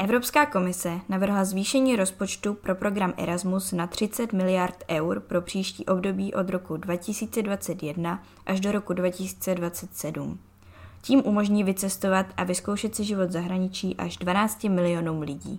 Evropská komise navrhla zvýšení rozpočtu pro program Erasmus na 30 miliard eur pro příští období od roku 2021 až do roku 2027. Tím umožní vycestovat a vyzkoušet si život v zahraničí až 12 milionům lidí.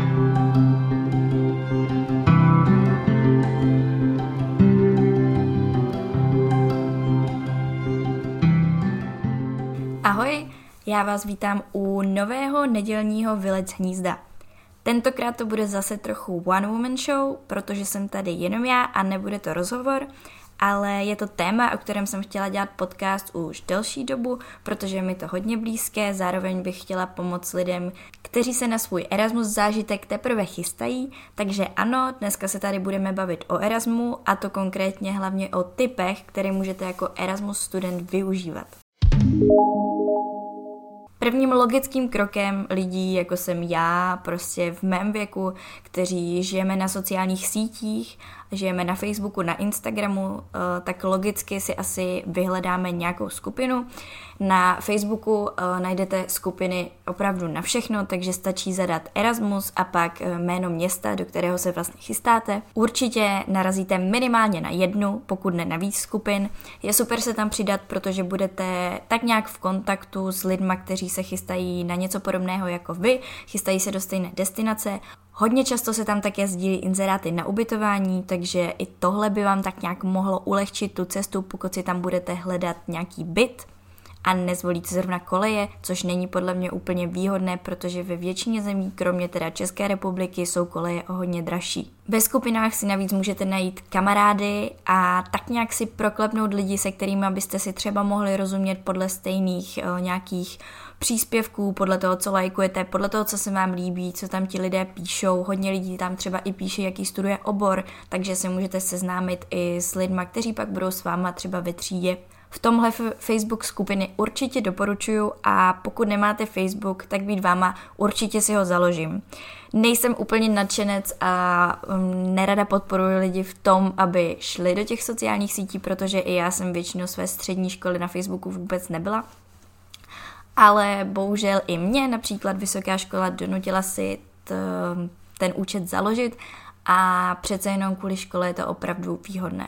Ahoj, já vás vítám u nového nedělního Vylec z hnízda. Tentokrát to bude zase trochu one woman show, protože jsem tady jenom já a nebude to rozhovor, ale je to téma, o kterém jsem chtěla dělat podcast už delší dobu, protože je mi to hodně blízké, zároveň bych chtěla pomoct lidem, kteří se na svůj Erasmus zážitek teprve chystají, takže ano, dneska se tady budeme bavit o Erasmu a to konkrétně hlavně o tipech, které můžete jako Erasmus student využívat. Prvním logickým krokem lidí, jako jsem já, prostě v mém věku, kteří žijeme na sociálních sítích, žijeme na Facebooku, na Instagramu, tak logicky si asi vyhledáme nějakou skupinu. Na Facebooku najdete skupiny opravdu na všechno, takže stačí zadat Erasmus a pak jméno města, do kterého se vlastně chystáte. Určitě narazíte minimálně na jednu, pokud ne na víc skupin. Je super se tam přidat, protože budete tak nějak v kontaktu s lidma, kteří se chystají na něco podobného jako vy, chystají se do stejné destinace. Hodně často se tam také sdílí inzeráty na ubytování, takže i tohle by vám tak nějak mohlo ulehčit tu cestu, pokud si tam budete hledat nějaký byt a nezvolíte zrovna koleje, což není podle mě úplně výhodné, protože ve většině zemí, kromě teda České republiky, jsou koleje o hodně dražší. Ve skupinách si navíc můžete najít kamarády a tak nějak si proklepnout lidi, se kterými byste si třeba mohli rozumět podle stejných nějakých příspěvků, podle toho, co lajkujete, podle toho, co se vám líbí, co tam ti lidé píšou. Hodně lidí tam třeba i píše, jaký studuje obor, takže se můžete seznámit i s lidma, kteří pak budou s váma třeba ve třídě. V tomhle Facebook skupiny určitě doporučuju a pokud nemáte Facebook, tak být váma určitě si ho založím. Nejsem úplně nadšenec a nerada podporuji lidi v tom, aby šli do těch sociálních sítí, protože i já jsem většinou své střední školy na Facebooku vůbec nebyla. Ale bohužel i mě například vysoká škola donutila si ten účet založit a přece jenom kvůli škole je to opravdu výhodné.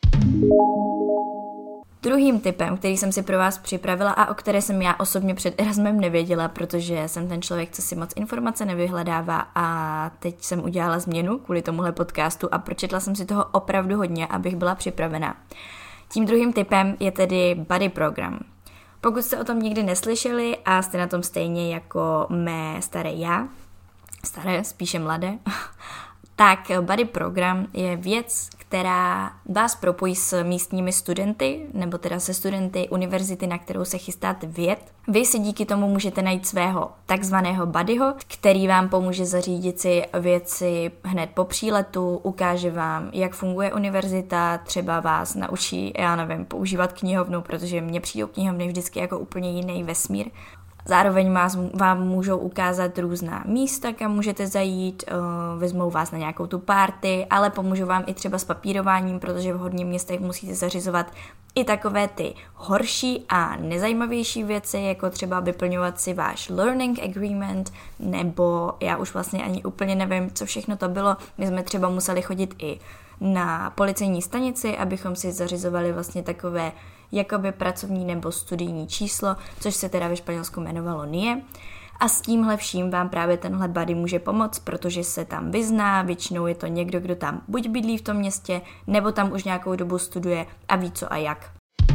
Druhým tipem, který jsem si pro vás připravila a o které jsem já osobně před Erasmem nevěděla, protože jsem ten člověk, co si moc informace nevyhledává a teď jsem udělala změnu kvůli tomuhle podcastu a pročetla jsem si toho opravdu hodně, abych byla připravená. Tím druhým tipem je tedy Buddy program. Pokud jste o tom nikdy neslyšeli a jste na tom stejně jako mé staré, spíše mladé, tak Buddy program je věc, která vás propojí s místními studenty, nebo teda se studenty univerzity, na kterou se chystáte vyjet. Vy si díky tomu můžete najít svého takzvaného buddyho, který vám pomůže zařídit si věci hned po příletu, ukáže vám, jak funguje univerzita, třeba vás naučí, používat knihovnu, protože mně přijdou knihovny vždycky jako úplně jiný vesmír. Zároveň vám můžou ukázat různá místa, kam můžete zajít, vezmou vás na nějakou tu party, ale pomůžou vám i třeba s papírováním, protože v hodně městech musíte zařizovat i takové ty horší a nezajímavější věci, jako třeba vyplňovat si váš learning agreement, nebo já už vlastně ani úplně nevím, co všechno to bylo. My jsme třeba museli chodit i na policejní stanici, abychom si zařizovali vlastně takové jakoby pracovní nebo studijní číslo, což se teda ve Španělsku jmenovalo NIE. A s tímhle vším vám právě tenhle buddy může pomoct, protože se tam vyzná, většinou je to někdo, kdo tam buď bydlí v tom městě, nebo tam už nějakou dobu studuje a ví co a jak.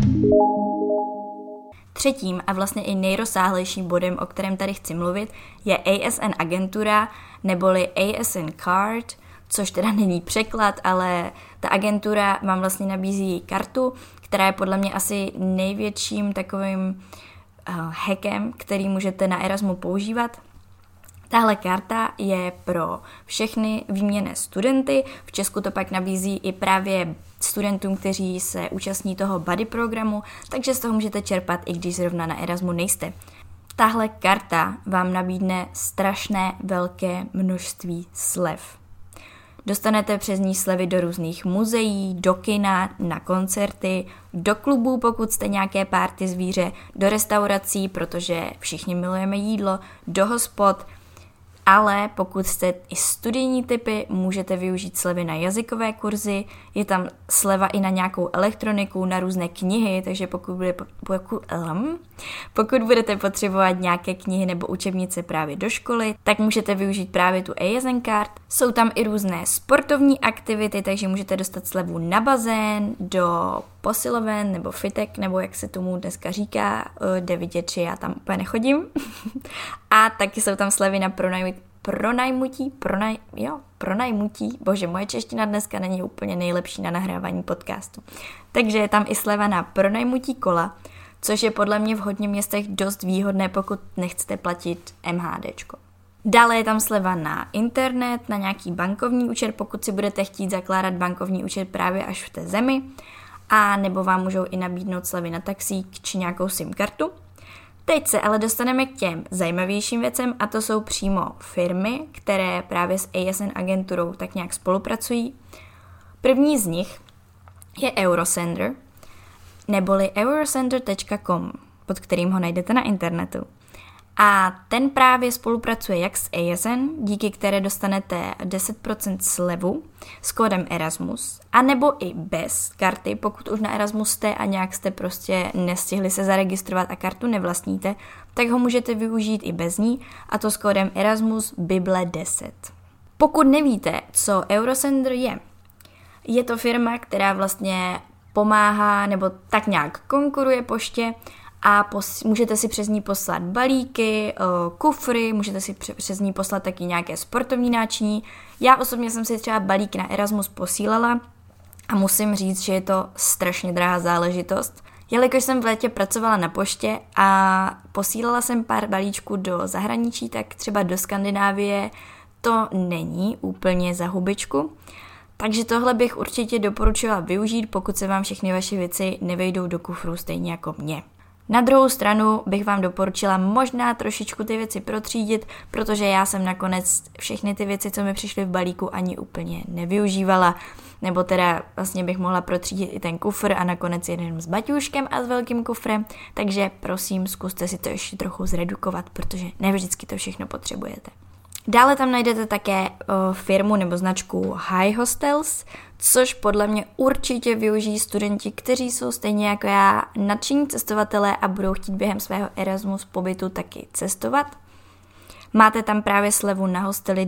Třetím a vlastně i nejrozsáhlejším bodem, o kterém tady chci mluvit, je ASN agentura neboli ASN card, což teda není překlad, ale ta agentura vám vlastně nabízí kartu, která je podle mě asi největším takovým hackem, který můžete na Erasmu používat. Tahle karta je pro všechny výměnné studenty, v Česku to pak nabízí i právě studentům, kteří se účastní toho buddy programu, takže z toho můžete čerpat, i když zrovna na Erasmu nejste. Tahle karta vám nabídne strašné velké množství slev. Dostanete přes ní slevy do různých muzeí, do kina, na koncerty, do klubů, pokud jste nějaké party zvíře, do restaurací, protože všichni milujeme jídlo, do hospod ale pokud jste i studijní typy, můžete využít slevy na jazykové kurzy, je tam sleva i na nějakou elektroniku, na různé knihy, takže pokud budete potřebovat nějaké knihy nebo učebnice právě do školy, tak můžete využít právě tu ASN Card. Jsou tam i různé sportovní aktivity, takže můžete dostat slevu na bazén, do posiloven nebo fitek, nebo jak se tomu dneska říká, jde vidět, že já tam úplně nechodím. A taky jsou tam slevy na pronajmutí. Bože, moje čeština dneska není úplně nejlepší na nahrávání podcastu. Takže je tam i sleva na pronajmutí kola, což je podle mě v hodně městech dost výhodné, pokud nechcete platit MHDčko. Dále je tam sleva na internet, na nějaký bankovní účet, pokud si budete chtít zakládat bankovní účet právě až v té zemi, a nebo vám můžou i nabídnout slevy na taxík či nějakou SIM kartu. Teď se ale dostaneme k těm zajímavějším věcem, a to jsou přímo firmy, které právě s ASN agenturou tak nějak spolupracují. První z nich je Eurosender, neboli eurosender.com, pod kterým ho najdete na internetu. A ten právě spolupracuje jak s ASN, díky které dostanete 10% slevu s kódem Erasmus, anebo i bez karty, pokud už na Erasmus jste a nějak jste prostě nestihli se zaregistrovat a kartu nevlastníte, tak ho můžete využít i bez ní, a to s kódem Erasmus Bible 10. Pokud nevíte, co Eurosender je to firma, která vlastně pomáhá nebo tak nějak konkuruje poště, a můžete si přes ní poslat balíky, kufry, můžete si přes ní poslat taky nějaké sportovní náčiní. Já osobně jsem si třeba balík na Erasmus posílala a musím říct, že je to strašně drahá záležitost. Jelikož jsem v létě pracovala na poště a posílala jsem pár balíčků do zahraničí, tak třeba do Skandinávie to není úplně za hubičku. Takže tohle bych určitě doporučila využít, pokud se vám všechny vaše věci nevejdou do kufru stejně jako mě. Na druhou stranu bych vám doporučila možná trošičku ty věci protřídit, protože já jsem nakonec všechny ty věci, co mi přišly v balíku, ani úplně nevyužívala, nebo teda vlastně bych mohla protřídit i ten kufr a nakonec jeden s baťůžkem a s velkým kufrem, takže prosím, zkuste si to ještě trochu zredukovat, protože ne vždycky to všechno potřebujete. Dále tam najdete také firmu nebo značku High Hostels, což podle mě určitě využijí studenti, kteří jsou stejně jako já nadšení cestovatelé a budou chtít během svého Erasmus pobytu taky cestovat. Máte tam právě slevu na hostely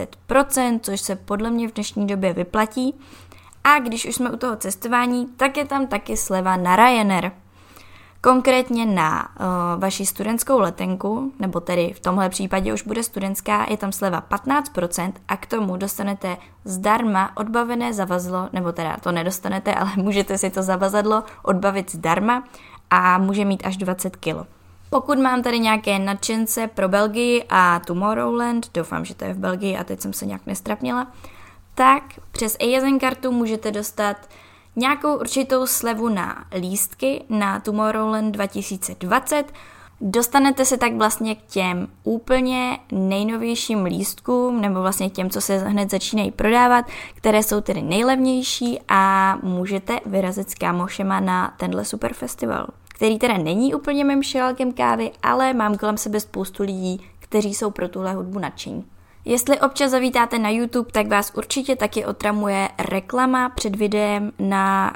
10%, což se podle mě v dnešní době vyplatí. A když už jsme u toho cestování, tak je tam taky sleva na Ryanair. Konkrétně na vaši studentskou letenku, nebo tedy v tomhle případě už bude studentská, je tam sleva 15% a k tomu dostanete zdarma odbavené zavazadlo, nebo teda to nedostanete, ale můžete si to zavazadlo odbavit zdarma a může mít až 20 kg. Pokud mám tady nějaké nadšence pro Belgii a Tomorrowland, doufám, že to je v Belgii a teď jsem se nějak nestrapnila, tak přes ASN kartu můžete dostat nějakou určitou slevu na lístky na Tomorrowland 2020. Dostanete se tak vlastně k těm úplně nejnovějším lístkům, nebo vlastně k těm, co se hned začínají prodávat, které jsou tedy nejlevnější, a můžete vyrazit s kámošema na tenhle super festival, který teda není úplně mým šelálkem kávy, ale mám kolem sebe spoustu lidí, kteří jsou pro tuhle hudbu nadšení. Jestli občas zavítáte na YouTube, tak vás určitě taky otramuje reklama před videem na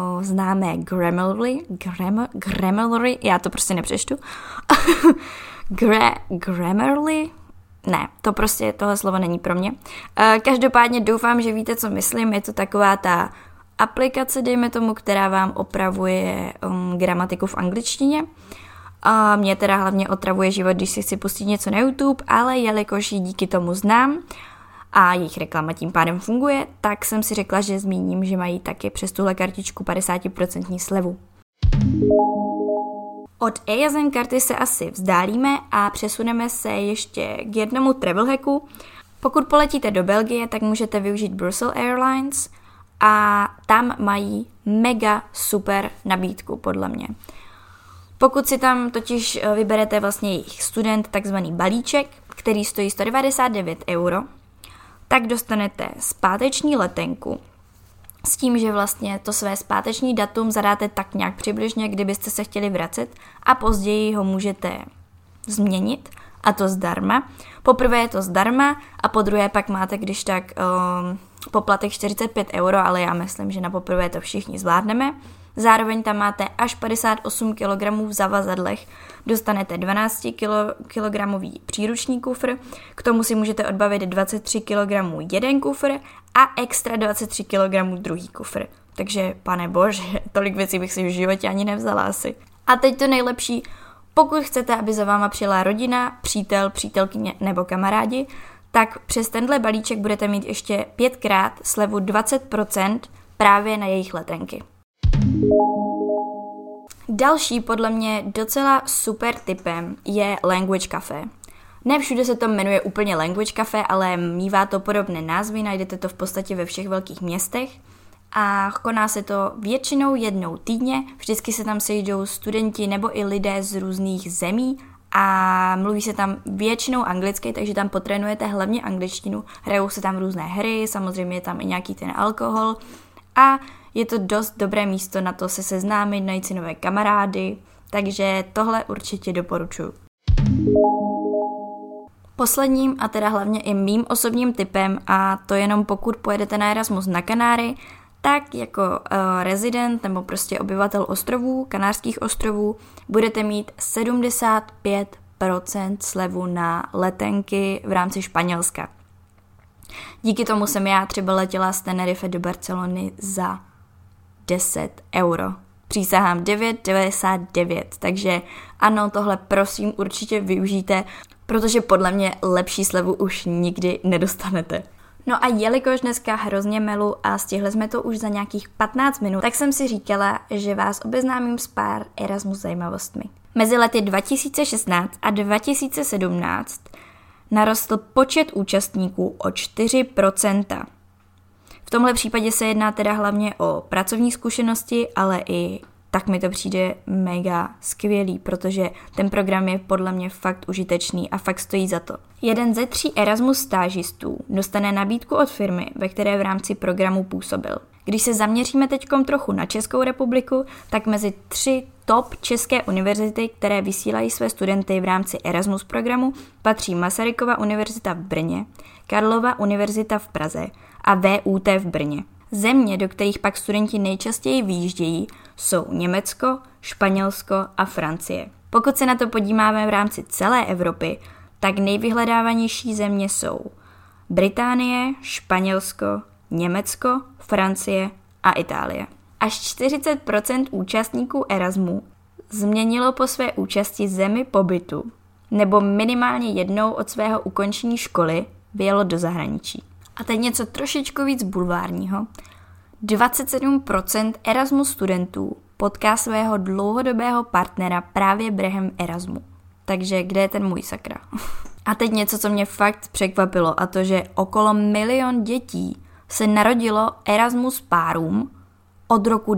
známé Grammarly, já to prostě nepřečtu. Grammarly? Ne, to prostě, tohle slovo není pro mě. Každopádně doufám, že víte, co myslím, je to taková ta aplikace, dejme tomu, která vám opravuje gramatiku v angličtině. A mě teda hlavně otravuje život, když si chci pustit něco na YouTube, ale jelikož ji díky tomu znám a jejich reklama tím pádem funguje, tak jsem si řekla, že zmíním, že mají taky přes tuhle kartičku 50% slevu. Od ASN karty se asi vzdálíme a přesuneme se ještě k jednomu travel hacku. Pokud poletíte do Belgie, tak můžete využít Brussels Airlines a tam mají mega super nabídku podle mě. Pokud si tam totiž vyberete vlastně jejich student, takzvaný balíček, který stojí 199 €, tak dostanete zpáteční letenku s tím, že vlastně to své zpáteční datum zadáte tak nějak přibližně, kdybyste se chtěli vracet, a později ho můžete změnit, a to zdarma. Poprvé je to zdarma a po druhé pak máte když tak poplatek 45 €, ale já myslím, že na poprvé to všichni zvládneme. Zároveň tam máte až 58 kg v zavazadlech, dostanete 12 kg příruční kufr, k tomu si můžete odbavit 23 kg jeden kufr a extra 23 kg druhý kufr. Takže, pane bože, tolik věcí bych si v životě ani nevzala asi. A teď to nejlepší, pokud chcete, aby za váma přijela rodina, přítel, přítelkyně nebo kamarádi, tak přes tenhle balíček budete mít ještě 5krát slevu 20% právě na jejich letenky. Další podle mě docela super tipem je Language Café. Ne všude se to jmenuje úplně Language Café, ale mívá to podobné názvy, najdete to v podstatě ve všech velkých městech a koná se to většinou jednou týdně, vždycky se tam sejdou studenti nebo i lidé z různých zemí a mluví se tam většinou anglicky, takže tam potrénujete hlavně angličtinu, hrajou se tam různé hry, samozřejmě je tam i nějaký ten alkohol a je to dost dobré místo na to se seznámit, najít si nové kamarády, takže tohle určitě doporučuji. Posledním a teda hlavně i mým osobním tipem, a to jenom pokud pojedete na Erasmus na Kanáry, tak jako rezident nebo prostě obyvatel ostrovů, Kanárských ostrovů, budete mít 75% slevu na letenky v rámci Španělska. Díky tomu jsem já třeba letěla z Tenerife do Barcelony za 10 €. Přísahám 9,99, takže ano, tohle prosím určitě využijte, protože podle mě lepší slevu už nikdy nedostanete. No a jelikož dneska hrozně melu a stihli jsme to už za nějakých 15 minut, tak jsem si říkala, že vás obeznámím s pár Erasmus zajímavostmi. Mezi lety 2016 a 2017 narostl počet účastníků o 4%. V tomhle případě se jedná teda hlavně o pracovní zkušenosti, ale i tak mi to přijde mega skvělý, protože ten program je podle mě fakt užitečný a fakt stojí za to. 1 ze 3 Erasmus stážistů dostane nabídku od firmy, ve které v rámci programu působil. Když se zaměříme teďkom trochu na Českou republiku, tak mezi 3 top české univerzity, které vysílají své studenty v rámci Erasmus programu, patří Masarykova univerzita v Brně, Karlova univerzita v Praze a VUT v Brně. Země, do kterých pak studenti nejčastěji vyjíždějí, jsou Německo, Španělsko a Francie. Pokud se na to podíváme v rámci celé Evropy, tak nejvyhledávanější země jsou Británie, Španělsko, Německo, Francie a Itálie. Až 40% účastníků Erasmu změnilo po své účasti zemi pobytu nebo minimálně jednou od svého ukončení školy vyjelo do zahraničí. A teď něco trošičku víc bulvárního. 27% Erasmus studentů potká svého dlouhodobého partnera právě během Erasmu. Takže kde je ten můj sakra? A teď něco, co mě fakt překvapilo, a to, že okolo 1 milion dětí se narodilo Erasmus párům od roku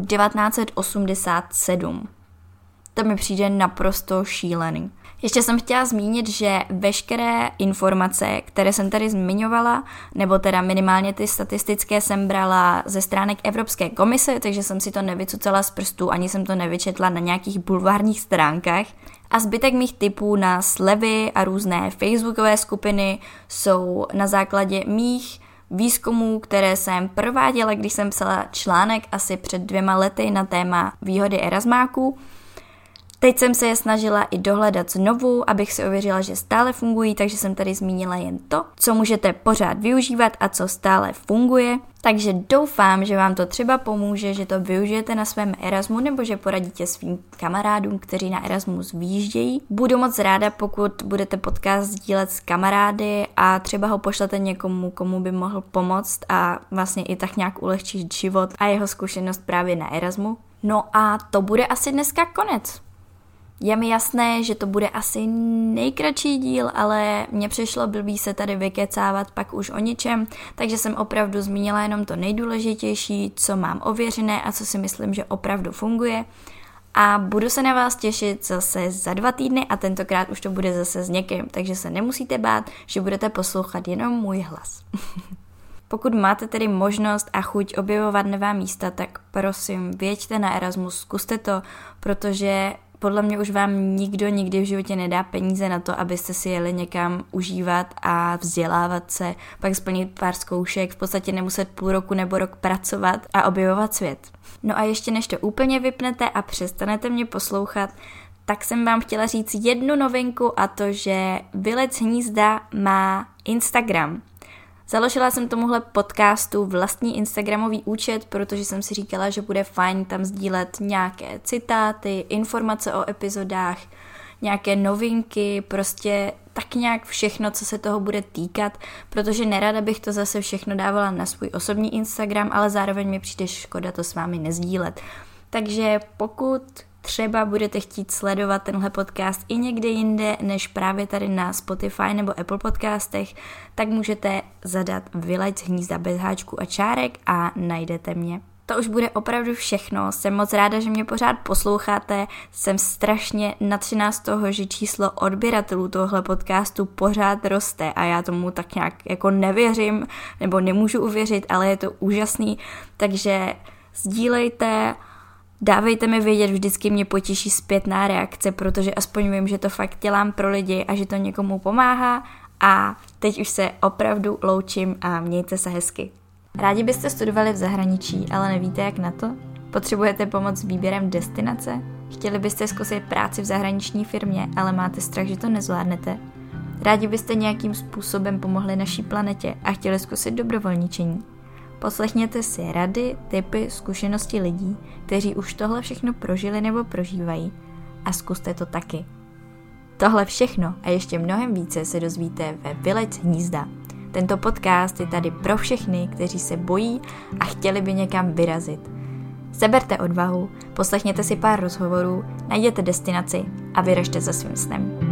1987. To mi přijde naprosto šílený. Ještě jsem chtěla zmínit, že veškeré informace, které jsem tady zmiňovala, nebo teda minimálně ty statistické jsem brala ze stránek Evropské komise, takže jsem si to nevycucala z prstů, ani jsem to nevyčetla na nějakých bulvárních stránkách. A zbytek mých tipů na slevy a různé facebookové skupiny jsou na základě mých výzkumů, které jsem prováděla, když jsem psala článek asi před 2 lety na téma výhody erasmáků. Teď jsem se je snažila i dohledat znovu, abych si ověřila, že stále fungují, takže jsem tady zmínila jen to, co můžete pořád využívat a co stále funguje. Takže doufám, že vám to třeba pomůže, že to využijete na svém Erasmu nebo že poradíte svým kamarádům, kteří na Erasmus vyjíždějí. Budu moc ráda, pokud budete podcast sdílet s kamarády a třeba ho pošlete někomu, komu by mohl pomoct a vlastně i tak nějak ulehčit život a jeho zkušenost právě na Erasmu. No a to bude asi dneska konec. Je mi jasné, že to bude asi nejkratší díl, ale mně přišlo blbý se tady vykecávat pak už o ničem, takže jsem opravdu zmínila jenom to nejdůležitější, co mám ověřené a co si myslím, že opravdu funguje. A budu se na vás těšit zase za 2 týdny a tentokrát už to bude zase s někým, takže se nemusíte bát, že budete poslouchat jenom můj hlas. Pokud máte tedy možnost a chuť objevovat nová místa, tak prosím, věďte na Erasmus, zkuste to, protože podle mě už vám nikdo nikdy v životě nedá peníze na to, abyste si jeli někam užívat a vzdělávat se, pak splnit pár zkoušek, v podstatě nemuset půl roku nebo rok pracovat a objevovat svět. No a ještě než to úplně vypnete a přestanete mě poslouchat, tak jsem vám chtěla říct jednu novinku, a to, že Vylec z hnízda má Instagram. Založila jsem tomuhle podcastu vlastní instagramový účet, protože jsem si říkala, že bude fajn tam sdílet nějaké citáty, informace o epizodách, nějaké novinky, prostě tak nějak všechno, co se toho bude týkat, protože nerada bych to zase všechno dávala na svůj osobní Instagram, ale zároveň mi přijde škoda to s vámi nezdílet. Takže pokud třeba budete chtít sledovat tenhle podcast i někde jinde, než právě tady na Spotify nebo Apple podcastech, tak můžete zadat Vylec z hnízda bez háčku a čárek a najdete mě. To už bude opravdu všechno, jsem moc ráda, že mě pořád posloucháte, jsem strašně nadšená z toho, že číslo odběratelů tohle podcastu pořád roste a já tomu tak nějak jako nevěřím, nebo nemůžu uvěřit, ale je to úžasný, takže sdílejte, dávejte mi vědět, vždycky mě potěší zpětná reakce, protože aspoň vím, že to fakt dělám pro lidi a že to někomu pomáhá a teď už se opravdu loučím a mějte se hezky. Rádi byste studovali v zahraničí, ale nevíte jak na to? Potřebujete pomoc s výběrem destinace? Chtěli byste zkusit práci v zahraniční firmě, ale máte strach, že to nezvládnete? Rádi byste nějakým způsobem pomohli naší planetě a chtěli zkusit dobrovolničení? Poslechněte si rady, tipy, zkušenosti lidí, kteří už tohle všechno prožili nebo prožívají a zkuste to taky. Tohle všechno a ještě mnohem více se dozvíte ve Vylec z hnízda. Tento podcast je tady pro všechny, kteří se bojí a chtěli by někam vyrazit. Seberte odvahu, poslechněte si pár rozhovorů, najděte destinaci a vyražte za svým snem.